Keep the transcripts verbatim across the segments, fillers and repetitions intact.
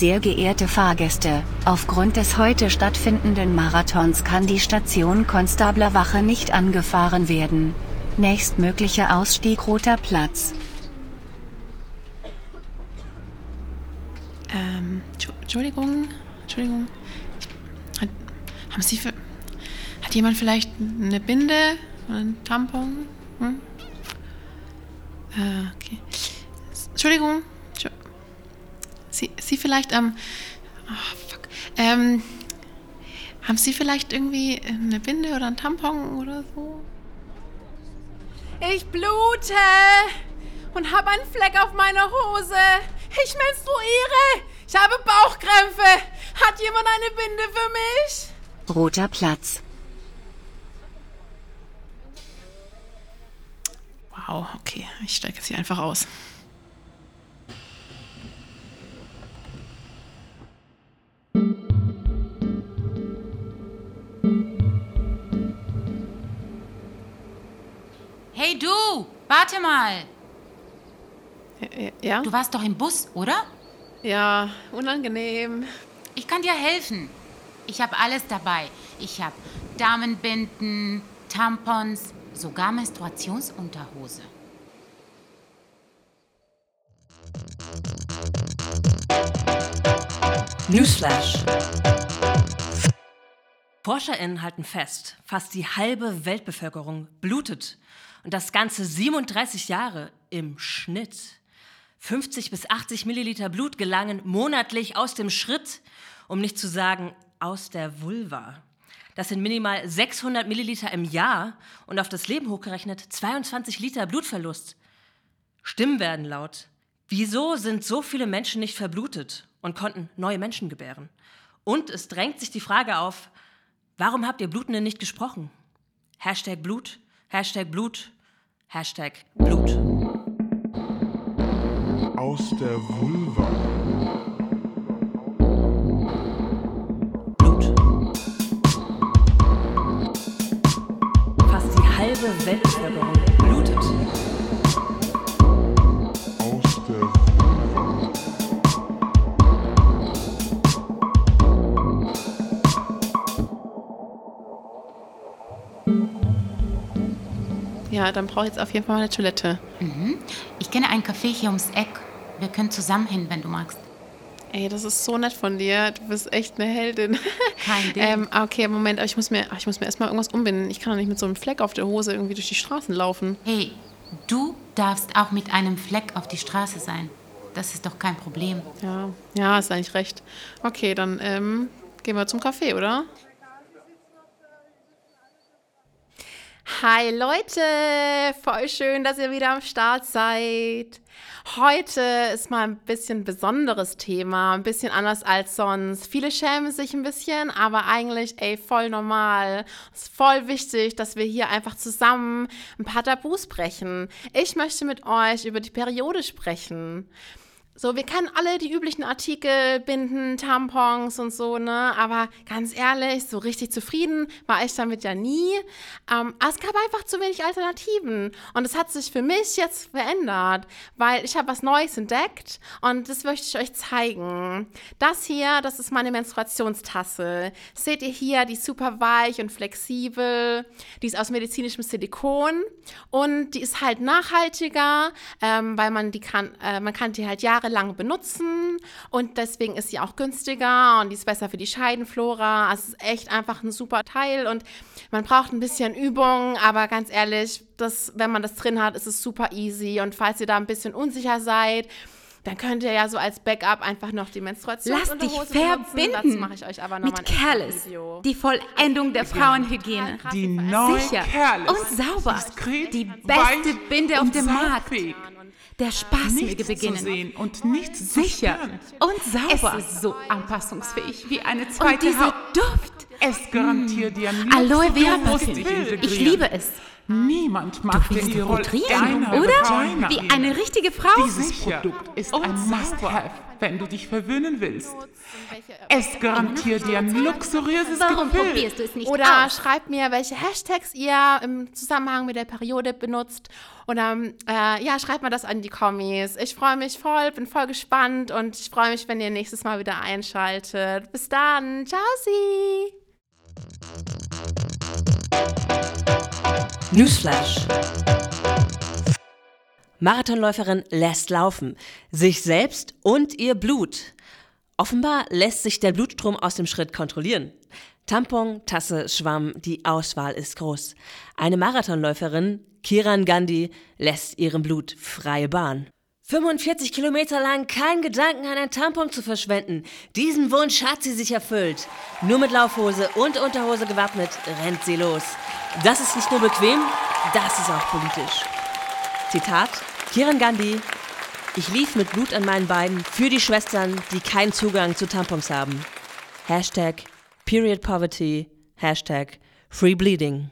Sehr geehrte Fahrgäste, aufgrund des heute stattfindenden Marathons kann die Station Konstablerwache nicht angefahren werden. Nächstmöglicher Ausstieg Roter Platz. Ähm, Entschuldigung, Entschuldigung. Hat, haben Sie, für, hat jemand vielleicht eine Binde oder einen Tampon? Hm? Äh, okay. Entschuldigung. Sie, Sie vielleicht am... Ähm, oh, fuck. Ähm, haben Sie vielleicht irgendwie eine Binde oder einen Tampon oder so? Ich blute und habe einen Fleck auf meiner Hose. Ich menstruiere. Ich habe Bauchkrämpfe. Hat jemand eine Binde für mich? Roter Platz. Wow, okay. Ich steige jetzt hier einfach aus. Hey du, warte mal. Ja? Du warst doch im Bus, oder? Ja, unangenehm. Ich kann dir helfen. Ich habe alles dabei. Ich habe Damenbinden, Tampons, sogar Menstruationsunterhose. Newsflash. ForscherInnen halten fest, fast die halbe Weltbevölkerung blutet. Und das Ganze siebenunddreißig Jahre im Schnitt. fünfzig bis achtzig Milliliter Blut gelangen monatlich aus dem Schritt, um nicht zu sagen aus der Vulva. Das sind minimal sechshundert Milliliter im Jahr und auf das Leben hochgerechnet zweiundzwanzig Liter Blutverlust. Stimmen werden laut. Wieso sind so viele Menschen nicht verblutet und konnten neue Menschen gebären? Und es drängt sich die Frage auf, warum habt ihr Blutenden nicht gesprochen? Hashtag Blut, Hashtag Blut, Hashtag Blut. Aus der Vulva. Blut. Fast die halbe Weltbevölkerung blutet. Aus der Vulva. Ja, dann brauche ich jetzt auf jeden Fall mal eine Toilette. Mhm. Ich kenne ein Café hier ums Eck. Wir können zusammen hin, wenn du magst. Ey, das ist so nett von dir. Du bist echt eine Heldin. Kein Ding. ähm, okay, Moment, aber ich muss mir, ich muss mir erstmal irgendwas umbinden. Ich kann doch nicht mit so einem Fleck auf der Hose irgendwie durch die Straßen laufen. Hey, du darfst auch mit einem Fleck auf die Straße sein. Das ist doch kein Problem. Ja, ja, hast eigentlich recht. Okay, dann ähm, gehen wir zum Café, oder? Hi Leute, voll schön, dass ihr wieder am Start seid. Heute ist mal ein bisschen besonderes Thema, ein bisschen anders als sonst. Viele schämen sich ein bisschen, aber eigentlich, ey, voll normal. Es ist voll wichtig, dass wir hier einfach zusammen ein paar Tabus brechen. Ich möchte mit euch über die Periode sprechen. So, wir kennen alle die üblichen Artikel, Binden, Tampons und so, ne? Aber ganz ehrlich, so richtig zufrieden war ich damit ja nie. Ähm, aber es gab einfach zu wenig Alternativen. Und es hat sich für mich jetzt verändert, weil ich habe was Neues entdeckt und das möchte ich euch zeigen. Das hier, das ist meine Menstruationstasse. Seht ihr hier, die ist super weich und flexibel. Die ist aus medizinischem Silikon und die ist halt nachhaltiger, ähm, weil man die kann, äh, man kann die halt jahrelang benutzen und deswegen ist sie auch günstiger und die ist besser für die Scheidenflora. Also es ist echt einfach ein super Teil und man braucht ein bisschen Übung, aber ganz ehrlich, das, wenn man das drin hat, ist es super easy und falls ihr da ein bisschen unsicher seid, dann könnt ihr ja so als Backup einfach noch die Menstruationsunterhose Lass dich verbinden. Dazu mache ich euch aber noch mit Kerlis, die Vollendung der Frauenhygiene. Die neue Sicher Kerlis. und sauber. Diskret, Die beste weich Binde auf und dem Markt. saugfähig. Der spaßige Nichts zu Beginnen. sehen und nichts zu Sicher spüren. und sauber. Es ist so anpassungsfähig wie eine Und zweite dieser Haut. Duft. Es garantiert dir Aloe nichts Vera Bewusstes Parfüm. integrieren. Ich liebe es. Niemand mag Du den bist Tirol dehydriert, eine oder? Vagina. Wie eine richtige Frau. Dieses Produkt ist ein Must-Have, wenn du dich verwöhnen willst. Es garantiert dir ein luxuriöses Warum Gefühl. probierst du es nicht Oder aus? schreibt mir, welche Hashtags ihr im Zusammenhang mit der Periode benutzt. Oder äh, ja, schreibt mal das an die Kommis. Ich freue mich voll, bin voll gespannt und ich freue mich, wenn ihr nächstes Mal wieder einschaltet. Bis dann. Ciao, sie. Newsflash. Marathonläuferin lässt laufen. Sich selbst und ihr Blut. Offenbar lässt sich der Blutstrom aus dem Schritt kontrollieren. Tampon, Tasse, Schwamm, die Auswahl ist groß. Eine Marathonläuferin, Kiran Gandhi, lässt ihrem Blut freie Bahn. fünfundvierzig Kilometer lang kein Gedanken an ein Tampon zu verschwenden. Diesen Wunsch hat sie sich erfüllt. Nur mit Laufhose und Unterhose gewappnet rennt sie los. Das ist nicht nur bequem, das ist auch politisch. Zitat, Kiran Gandhi: Ich lief mit Blut an meinen Beinen für die Schwestern, die keinen Zugang zu Tampons haben. Hashtag Period Poverty, Hashtag Free Bleeding.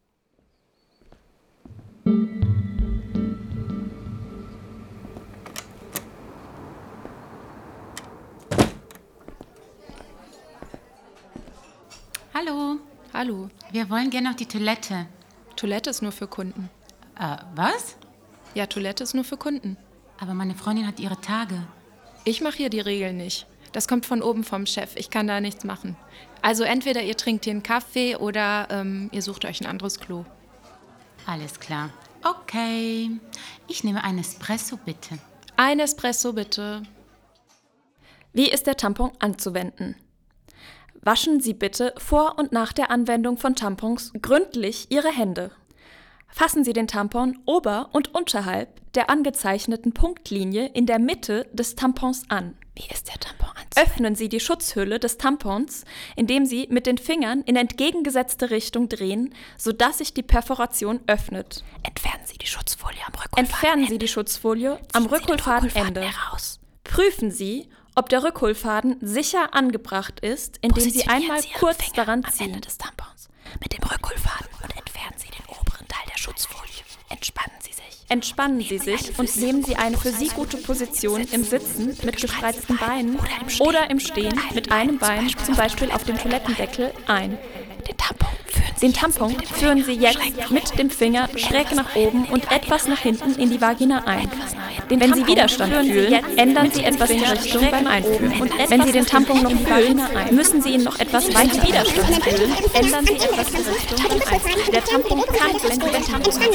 Hallo, Hallo, wir wollen gerne auf die Toilette. Toilette ist nur für Kunden. Äh, was? Ja, Toilette ist nur für Kunden. Aber meine Freundin hat ihre Tage. Ich mache hier die Regeln nicht. Das kommt von oben vom Chef. Ich kann da nichts machen. Also entweder ihr trinkt hier einen Kaffee oder ähm, ihr sucht euch ein anderes Klo. Alles klar. Okay. Ich nehme einen Espresso, bitte. Ein Espresso bitte. Wie ist der Tampon anzuwenden? Waschen Sie bitte vor und nach der Anwendung von Tampons gründlich Ihre Hände. Fassen Sie den Tampon ober- und unterhalb der angezeichneten Punktlinie in der Mitte des Tampons an. Wie ist der Tampon anzuwenden? Öffnen Sie die Schutzhülle des Tampons, indem Sie mit den Fingern in entgegengesetzte Richtung drehen, sodass sich die Perforation öffnet. Entfernen Sie die Schutzfolie am Rückholfaden. Entfernen Sie die Schutzfolie am Rückholfadenende. Prüfen Sie, ob der Rückholfaden sicher angebracht ist, indem Sie einmal Sie kurz Finger daran am ziehen. Ende des Tampons mit dem Rückholfaden und entfernen Sie den oberen Teil der Schutzfolie. Entspannen Sie sich. Entspannen Sie sich und nehmen Sie eine für Sie gute Position im Sitzen mit gespreizten Beinen oder im Stehen mit einem Bein, zum Beispiel auf dem Toilettendeckel, ein. Den Tampon führen Sie, Den Tampon führen Sie jetzt mit dem Finger schräg nach oben und etwas nach hinten in die Vagina ein. Wenn Sie Widerstand fühlen, ändern Sie etwas die Richtung beim Einführen. Und wenn Sie den Tampon noch fühlen, müssen Sie ihn noch etwas weiter Widerstand fühlen, ändern Sie etwas die Richtung beim Einführen. Der Tampon kann, wenn Sie den Tampon noch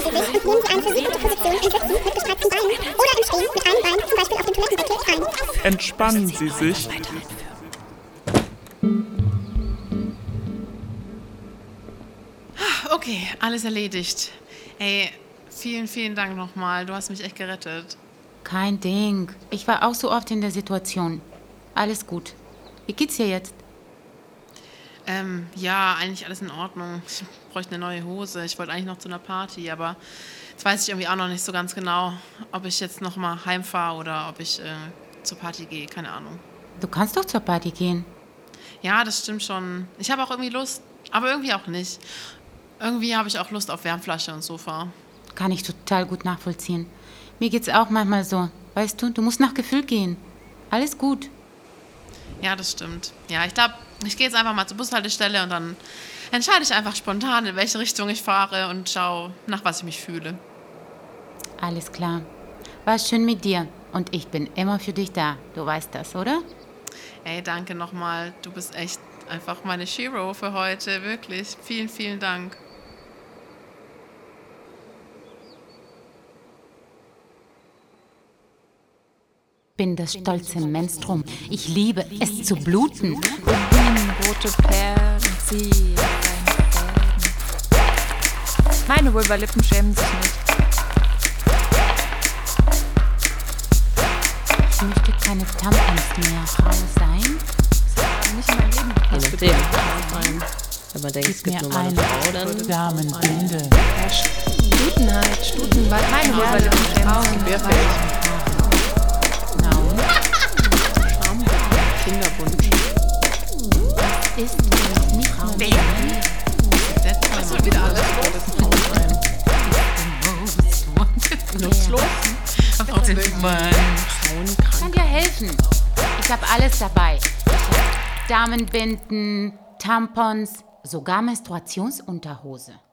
fühlen, Entspannen Sie sich. Okay, alles erledigt. Ey, vielen, vielen Dank nochmal. Du hast mich echt gerettet. Kein Ding. Ich war auch so oft in der Situation. Alles gut. Wie geht's dir jetzt? Ähm, ja, eigentlich alles in Ordnung. Ich bräuchte eine neue Hose. Ich wollte eigentlich noch zu einer Party, aber jetzt weiß ich irgendwie auch noch nicht so ganz genau, ob ich jetzt noch mal heimfahre oder ob ich äh, zur Party gehe. Keine Ahnung. Du kannst doch zur Party gehen. Ja, das stimmt schon. Ich habe auch irgendwie Lust, aber irgendwie auch nicht. Irgendwie habe ich auch Lust auf Wärmflasche und Sofa. Kann ich total gut nachvollziehen. Mir geht's auch manchmal so. Weißt du, du musst nach Gefühl gehen. Alles gut. Ja, das stimmt. Ja, ich glaube, ich gehe jetzt einfach mal zur Bushaltestelle und dann entscheide ich einfach spontan, in welche Richtung ich fahre und schaue, nach was ich mich fühle. Alles klar. War schön mit dir. Und ich bin immer für dich da. Du weißt das, oder? Ey, danke nochmal. Du bist echt einfach meine Shiro für heute. Wirklich. Vielen, vielen Dank. Bin das stolze Menstrum. Ich liebe es zu bluten. rote Perlen, sie Meine Vulva-Lippen schämen sich nicht. Ich möchte keine Tampons mehr. Frau sein? Nicht in meinem Leben. Je nachdem. Wenn man denkt, es gibt nur mal eine Frau, dann... Damenbinde. Stutenheit, Stutenwald. Meine Vulva-Lippen schämen sich nicht. Kinderwunsch. Ist nicht mehr Setz mal wieder alles vor, das Frau sein. Warte mal. Ich kann dir helfen. Ich habe alles dabei. Ich habe Damenbinden, Tampons, sogar Menstruationsunterhose.